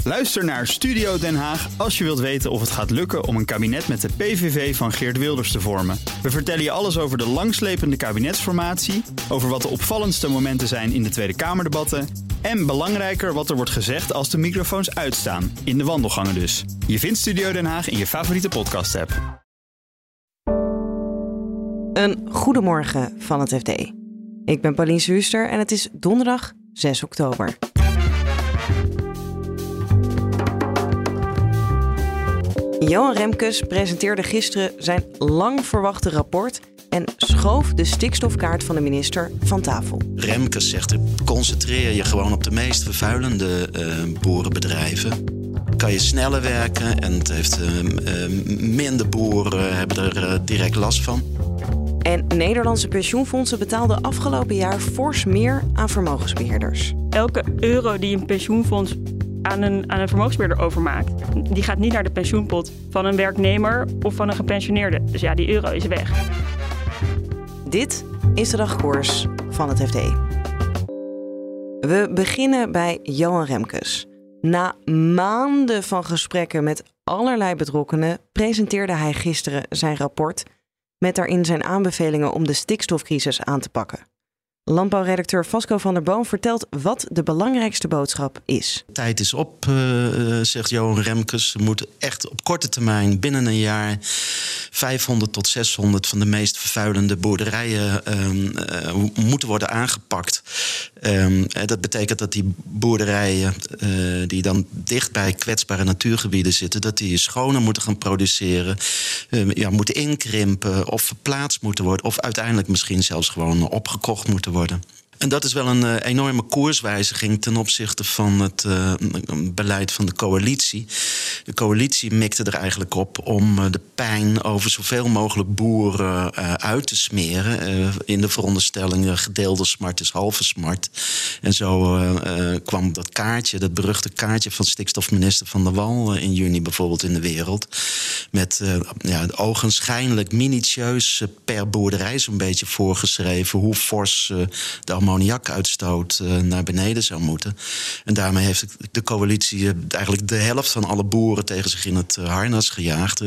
Luister naar Studio Den Haag als je wilt weten of het gaat lukken om een kabinet met de PVV van Geert Wilders te vormen. We vertellen je alles over de langslepende kabinetsformatie, over wat de opvallendste momenten zijn in de Tweede Kamerdebatten en belangrijker wat er wordt gezegd als de microfoons uitstaan, in de wandelgangen dus. Je vindt Studio Den Haag in je favoriete podcast-app. Een goedemorgen van het FD. Ik ben Pauline Zuster en het is donderdag 6 oktober. Johan Remkes presenteerde gisteren zijn lang verwachte rapport en schoof de stikstofkaart van de minister van tafel. Remkes zegt, concentreer je gewoon op de meest vervuilende boerenbedrijven. Kan je sneller werken en het heeft minder boeren hebben er direct last van. En Nederlandse pensioenfondsen betaalden afgelopen jaar fors meer aan vermogensbeheerders. Elke euro die een pensioenfonds aan een vermogensbeheerder overmaakt, die gaat niet naar de pensioenpot van een werknemer of van een gepensioneerde. Dus ja, die euro is weg. Dit is de dagkoers van het FD. We beginnen bij Johan Remkes. Na maanden van gesprekken met allerlei betrokkenen presenteerde hij gisteren zijn rapport met daarin zijn aanbevelingen om de stikstofcrisis aan te pakken. Landbouwredacteur Vasco van der Boom vertelt wat de belangrijkste boodschap is. Tijd is op, zegt Johan Remkes. Er moeten echt op korte termijn, binnen een jaar, 500 tot 600 van de meest vervuilende boerderijen moeten worden aangepakt. Dat betekent dat die boerderijen die dan dicht bij kwetsbare natuurgebieden zitten, dat die schoner moeten gaan produceren, moeten inkrimpen of verplaatst moeten worden of uiteindelijk misschien zelfs gewoon opgekocht moeten worden. En dat is wel een enorme koerswijziging ten opzichte van het beleid van de coalitie. De coalitie mikte er eigenlijk op om de pijn over zoveel mogelijk boeren uit te smeren. In de veronderstelling gedeelde smart is halve smart. En zo kwam dat kaartje, dat beruchte kaartje van stikstofminister Van der Wal in juni bijvoorbeeld in de wereld. Met ogenschijnlijk minutieus per boerderij zo'n beetje voorgeschreven hoe fors de ammoniakuitstoot naar beneden zou moeten. En daarmee heeft de coalitie eigenlijk de helft van alle boeren tegen zich in het harnas gejaagd.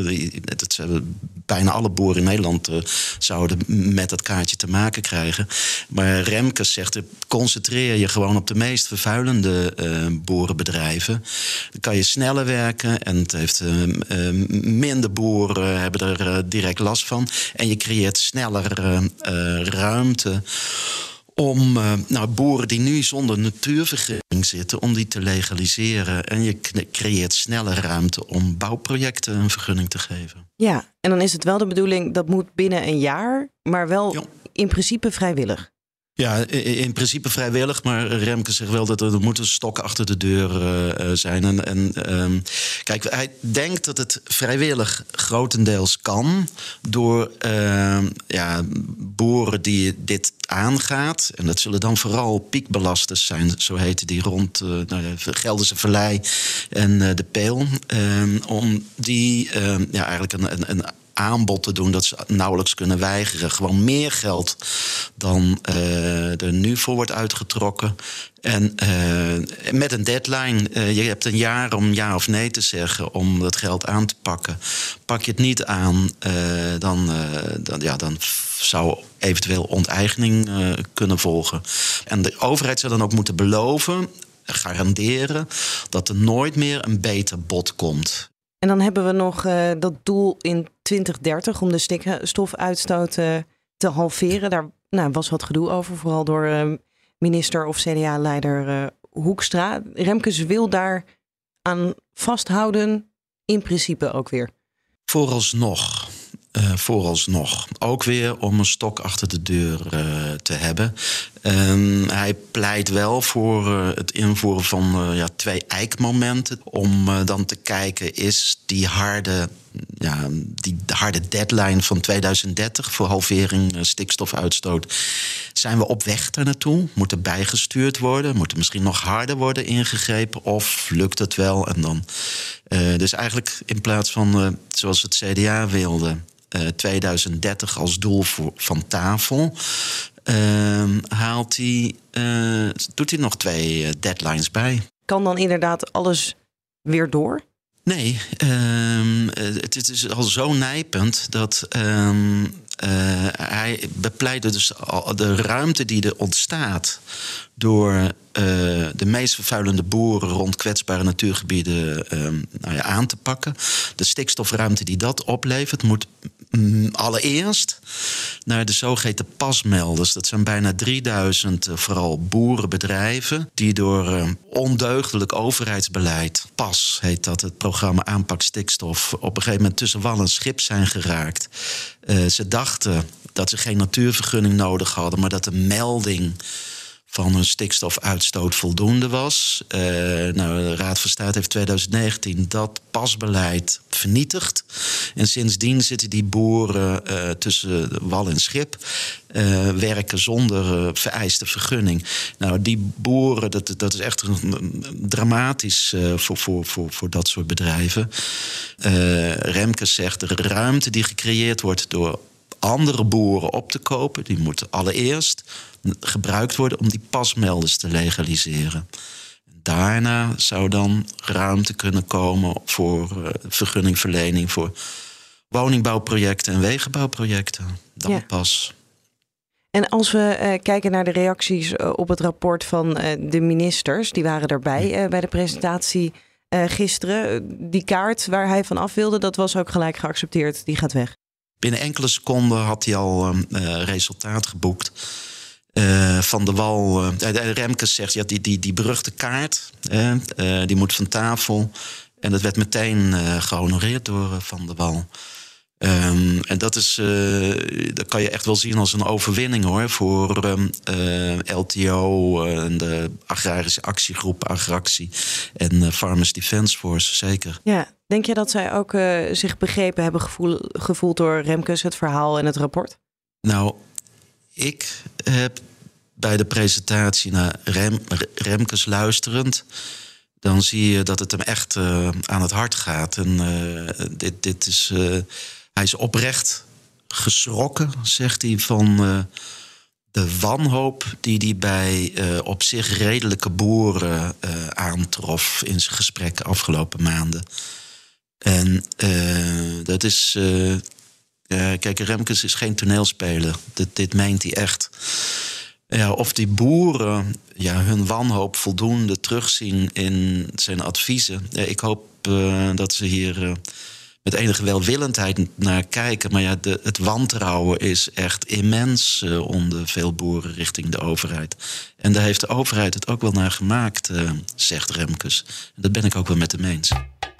Bijna alle boeren in Nederland zouden met dat kaartje te maken krijgen. Maar Remkes zegt, concentreer je gewoon op de meest vervuilende boerenbedrijven. Dan kan je sneller werken en het heeft minder boeren hebben er direct last van. En je creëert sneller ruimte om boeren die nu zonder natuurvergunning zitten, om die te legaliseren. En je creëert sneller ruimte om bouwprojecten een vergunning te geven. Ja, en dan is het wel de bedoeling, dat moet binnen een jaar, maar wel in principe vrijwillig. Ja, in principe vrijwillig, maar Remkes zegt wel dat er moet een stok achter de deur zijn. Kijk, hij denkt dat het vrijwillig grotendeels kan door boeren die dit aangaat. En dat zullen dan vooral piekbelasters zijn, zo heten die rond de Gelderse Vallei en de Peel. Om die eigenlijk een aanbod te doen dat ze nauwelijks kunnen weigeren. Gewoon meer geld dan er nu voor wordt uitgetrokken. En met een deadline. Je hebt een jaar om ja of nee te zeggen om dat geld aan te pakken. Pak je het niet aan, dan zou eventueel onteigening kunnen volgen. En de overheid zou dan ook moeten beloven, garanderen, dat er nooit meer een beter bod komt. En dan hebben we nog dat doel in 2030 om de stikstofuitstoot te halveren. Daar was wat gedoe over, vooral door minister of CDA-leider Hoekstra. Remkes wil daar aan vasthouden, in principe ook weer. Vooralsnog. Ook weer om een stok achter de deur te hebben. Hij pleit wel voor het invoeren van 2 eikmomenten. Om dan te kijken, is die harde deadline van 2030 voor halvering stikstofuitstoot, zijn we op weg daar naartoe? Moet er bijgestuurd worden? Moet er misschien nog harder worden ingegrepen? Of lukt het wel? En dan, dus eigenlijk in plaats van zoals het CDA wilde, 2030 als doel van tafel, doet hij nog 2 deadlines bij. Kan dan inderdaad alles weer door? Nee, het is al zo nijpend dat hij bepleitte dus al de ruimte die er ontstaat door de meest vervuilende boeren rond kwetsbare natuurgebieden aan te pakken. De stikstofruimte die dat oplevert moet allereerst naar de zogeheten pasmelders. Dat zijn bijna 3000 vooral boerenbedrijven die door ondeugdelijk overheidsbeleid, PAS heet dat, het programma aanpak stikstof, op een gegeven moment tussen wal en schip zijn geraakt. Ze dachten dat ze geen natuurvergunning nodig hadden, maar dat de melding van hun stikstofuitstoot voldoende was. De Raad van State heeft 2019 dat pasbeleid vernietigd. En sindsdien zitten die boeren tussen wal en schip, werken zonder vereiste vergunning. Nou, die boeren, dat is echt dramatisch voor dat soort bedrijven. Remkes zegt, de ruimte die gecreëerd wordt door andere boeren op te kopen, die moeten allereerst gebruikt worden om die pasmelders te legaliseren. Daarna zou dan ruimte kunnen komen voor vergunningverlening voor woningbouwprojecten en wegenbouwprojecten. Dan pas. En als we kijken naar de reacties op het rapport van de ministers, die waren erbij bij de presentatie gisteren. Die kaart waar hij van af wilde, dat was ook gelijk geaccepteerd. Die gaat weg. Binnen enkele seconden had hij al resultaat geboekt. Van de Wal. Remkes zegt, ja, die beruchte kaart, die moet van tafel. En dat werd meteen gehonoreerd door Van der Wal. En dat kan je echt wel zien als een overwinning, hoor, voor LTO en de agrarische actiegroep Agractie en Farmers Defence Force, zeker. Ja, denk je dat zij ook zich begrepen hebben gevoeld door Remkes, het verhaal en het rapport? Nou, ik heb bij de presentatie naar Remkes luisterend, dan zie je dat het hem echt aan het hart gaat. En dit is, hij is oprecht geschrokken, zegt hij, van de wanhoop die hij bij op zich redelijke boeren aantrof in zijn gesprekken afgelopen maanden. En dat is... kijk, Remkes is geen toneelspeler. Dit meent hij echt. Ja, of die boeren hun wanhoop voldoende terugzien in zijn adviezen. Ik hoop dat ze hier met enige welwillendheid naar kijken. Maar ja, het wantrouwen is echt immens onder veel boeren richting de overheid. En daar heeft de overheid het ook wel naar gemaakt, zegt Remkes. En dat ben ik ook wel met hem eens.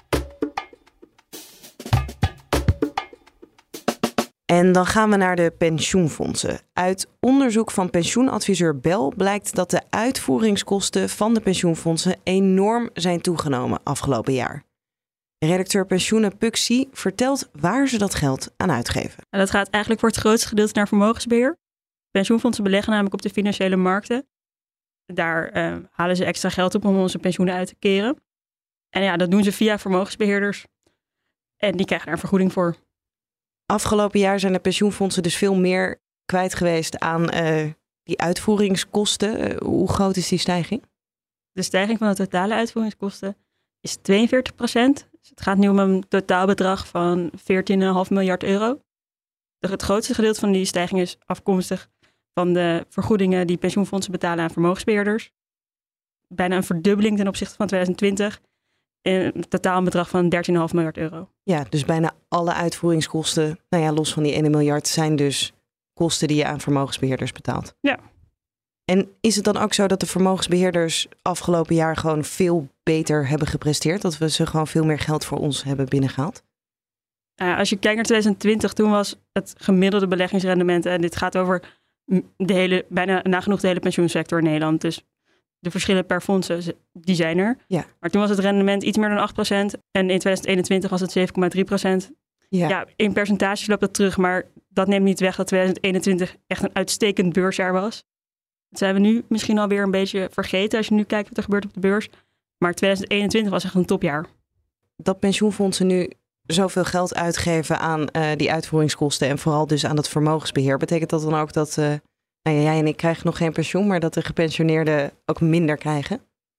En dan gaan we naar de pensioenfondsen. Uit onderzoek van pensioenadviseur Bel blijkt dat de uitvoeringskosten van de pensioenfondsen enorm zijn toegenomen afgelopen jaar. Redacteur pensioenen Puxi vertelt waar ze dat geld aan uitgeven. En dat gaat eigenlijk voor het grootste gedeelte naar vermogensbeheer. Pensioenfondsen beleggen namelijk op de financiële markten. Daar halen ze extra geld op om onze pensioenen uit te keren. En ja, dat doen ze via vermogensbeheerders. En die krijgen daar een vergoeding voor. Afgelopen jaar zijn de pensioenfondsen dus veel meer kwijt geweest aan die uitvoeringskosten. Hoe groot is die stijging? De stijging van de totale uitvoeringskosten is 42%. Dus het gaat nu om een totaalbedrag van 14,5 miljard euro. Het grootste gedeelte van die stijging is afkomstig van de vergoedingen die pensioenfondsen betalen aan vermogensbeheerders. Bijna een verdubbeling ten opzichte van 2020. Een totaal bedrag van 13,5 miljard euro. Ja, dus bijna alle uitvoeringskosten, los van die 1 miljard, zijn dus kosten die je aan vermogensbeheerders betaalt. Ja. En is het dan ook zo dat de vermogensbeheerders afgelopen jaar gewoon veel beter hebben gepresteerd? Dat we ze gewoon veel meer geld voor ons hebben binnengehaald? Als je kijkt naar 2020, toen was het gemiddelde beleggingsrendement, en dit gaat over bijna nagenoeg de hele pensioensector in Nederland. Dus de verschillen per fondsen, die zijn er. Ja. Maar toen was het rendement iets meer dan 8%. En in 2021 was het 7,3%. Ja, in percentages loopt dat terug. Maar dat neemt niet weg dat 2021 echt een uitstekend beursjaar was. Dat zijn we nu misschien alweer een beetje vergeten als je nu kijkt wat er gebeurt op de beurs. Maar 2021 was echt een topjaar. Dat pensioenfondsen nu zoveel geld uitgeven aan die uitvoeringskosten en vooral dus aan het vermogensbeheer, betekent dat dan ook dat jij en ik krijgen nog geen pensioen, maar dat de gepensioneerden ook minder krijgen?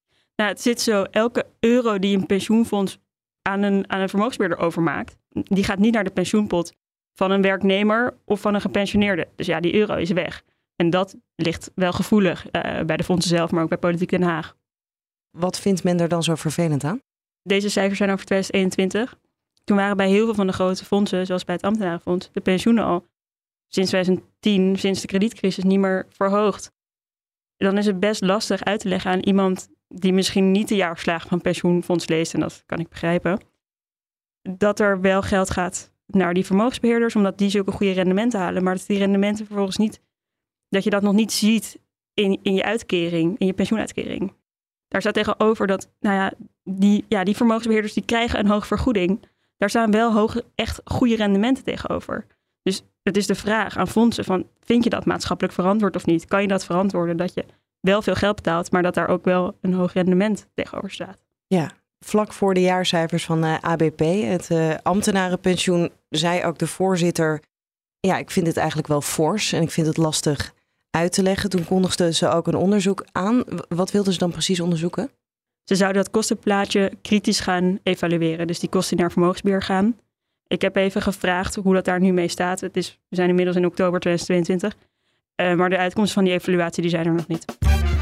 Nou, het zit zo, elke euro die een pensioenfonds aan een vermogensbeheerder overmaakt, die gaat niet naar de pensioenpot van een werknemer of van een gepensioneerde. Dus ja, die euro is weg. En dat ligt wel gevoelig bij de fondsen zelf, maar ook bij Politiek Den Haag. Wat vindt men er dan zo vervelend aan? Deze cijfers zijn over 2021. Toen waren bij heel veel van de grote fondsen, zoals bij het Ambtenarenfonds, de pensioenen al sinds 2010, sinds de kredietcrisis, niet meer verhoogd. Dan is het best lastig uit te leggen aan iemand die misschien niet de jaarverslagen van pensioenfonds leest, en dat kan ik begrijpen, dat er wel geld gaat naar die vermogensbeheerders, omdat die zulke goede rendementen halen, maar dat die rendementen vervolgens niet, dat je dat nog niet ziet in je uitkering, in je pensioenuitkering. Daar staat tegenover dat, die vermogensbeheerders die krijgen een hoge vergoeding. Daar staan wel hoge, echt goede rendementen tegenover. Dus het is de vraag aan fondsen van, vind je dat maatschappelijk verantwoord of niet? Kan je dat verantwoorden dat je wel veel geld betaalt, maar dat daar ook wel een hoog rendement tegenover staat? Ja, vlak voor de jaarcijfers van ABP, het ambtenarenpensioen, zei ook de voorzitter, ja, ik vind het eigenlijk wel fors en ik vind het lastig uit te leggen. Toen kondigden ze ook een onderzoek aan. Wat wilden ze dan precies onderzoeken? Ze zouden dat kostenplaatje kritisch gaan evalueren. Dus die kosten naar vermogensbeheer gaan. Ik heb even gevraagd hoe dat daar nu mee staat. We zijn inmiddels in oktober 2022. Maar de uitkomsten van die evaluatie die zijn er nog niet.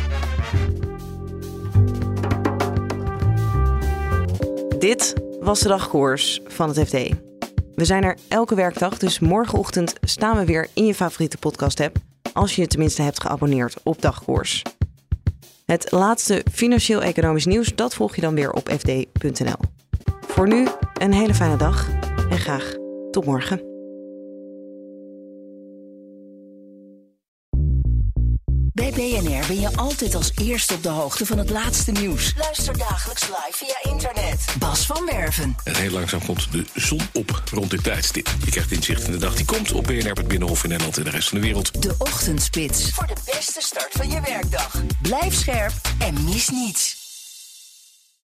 Dit was de dagkoers van het FD. We zijn er elke werkdag, dus morgenochtend staan we weer in je favoriete podcast-app, als je je tenminste hebt geabonneerd op Dagkoers. Het laatste financieel-economisch nieuws, dat volg je dan weer op fd.nl. Voor nu een hele fijne dag en graag tot morgen. Bij BNR ben je altijd als eerste op de hoogte van het laatste nieuws. Luister dagelijks live via internet. Bas van Werven. En heel langzaam komt de zon op rond dit tijdstip. Je krijgt inzicht in de dag die komt op BNR, het Binnenhof in Nederland en de rest van de wereld. De Ochtendspits. Voor de beste start van je werkdag. Blijf scherp en mis niets.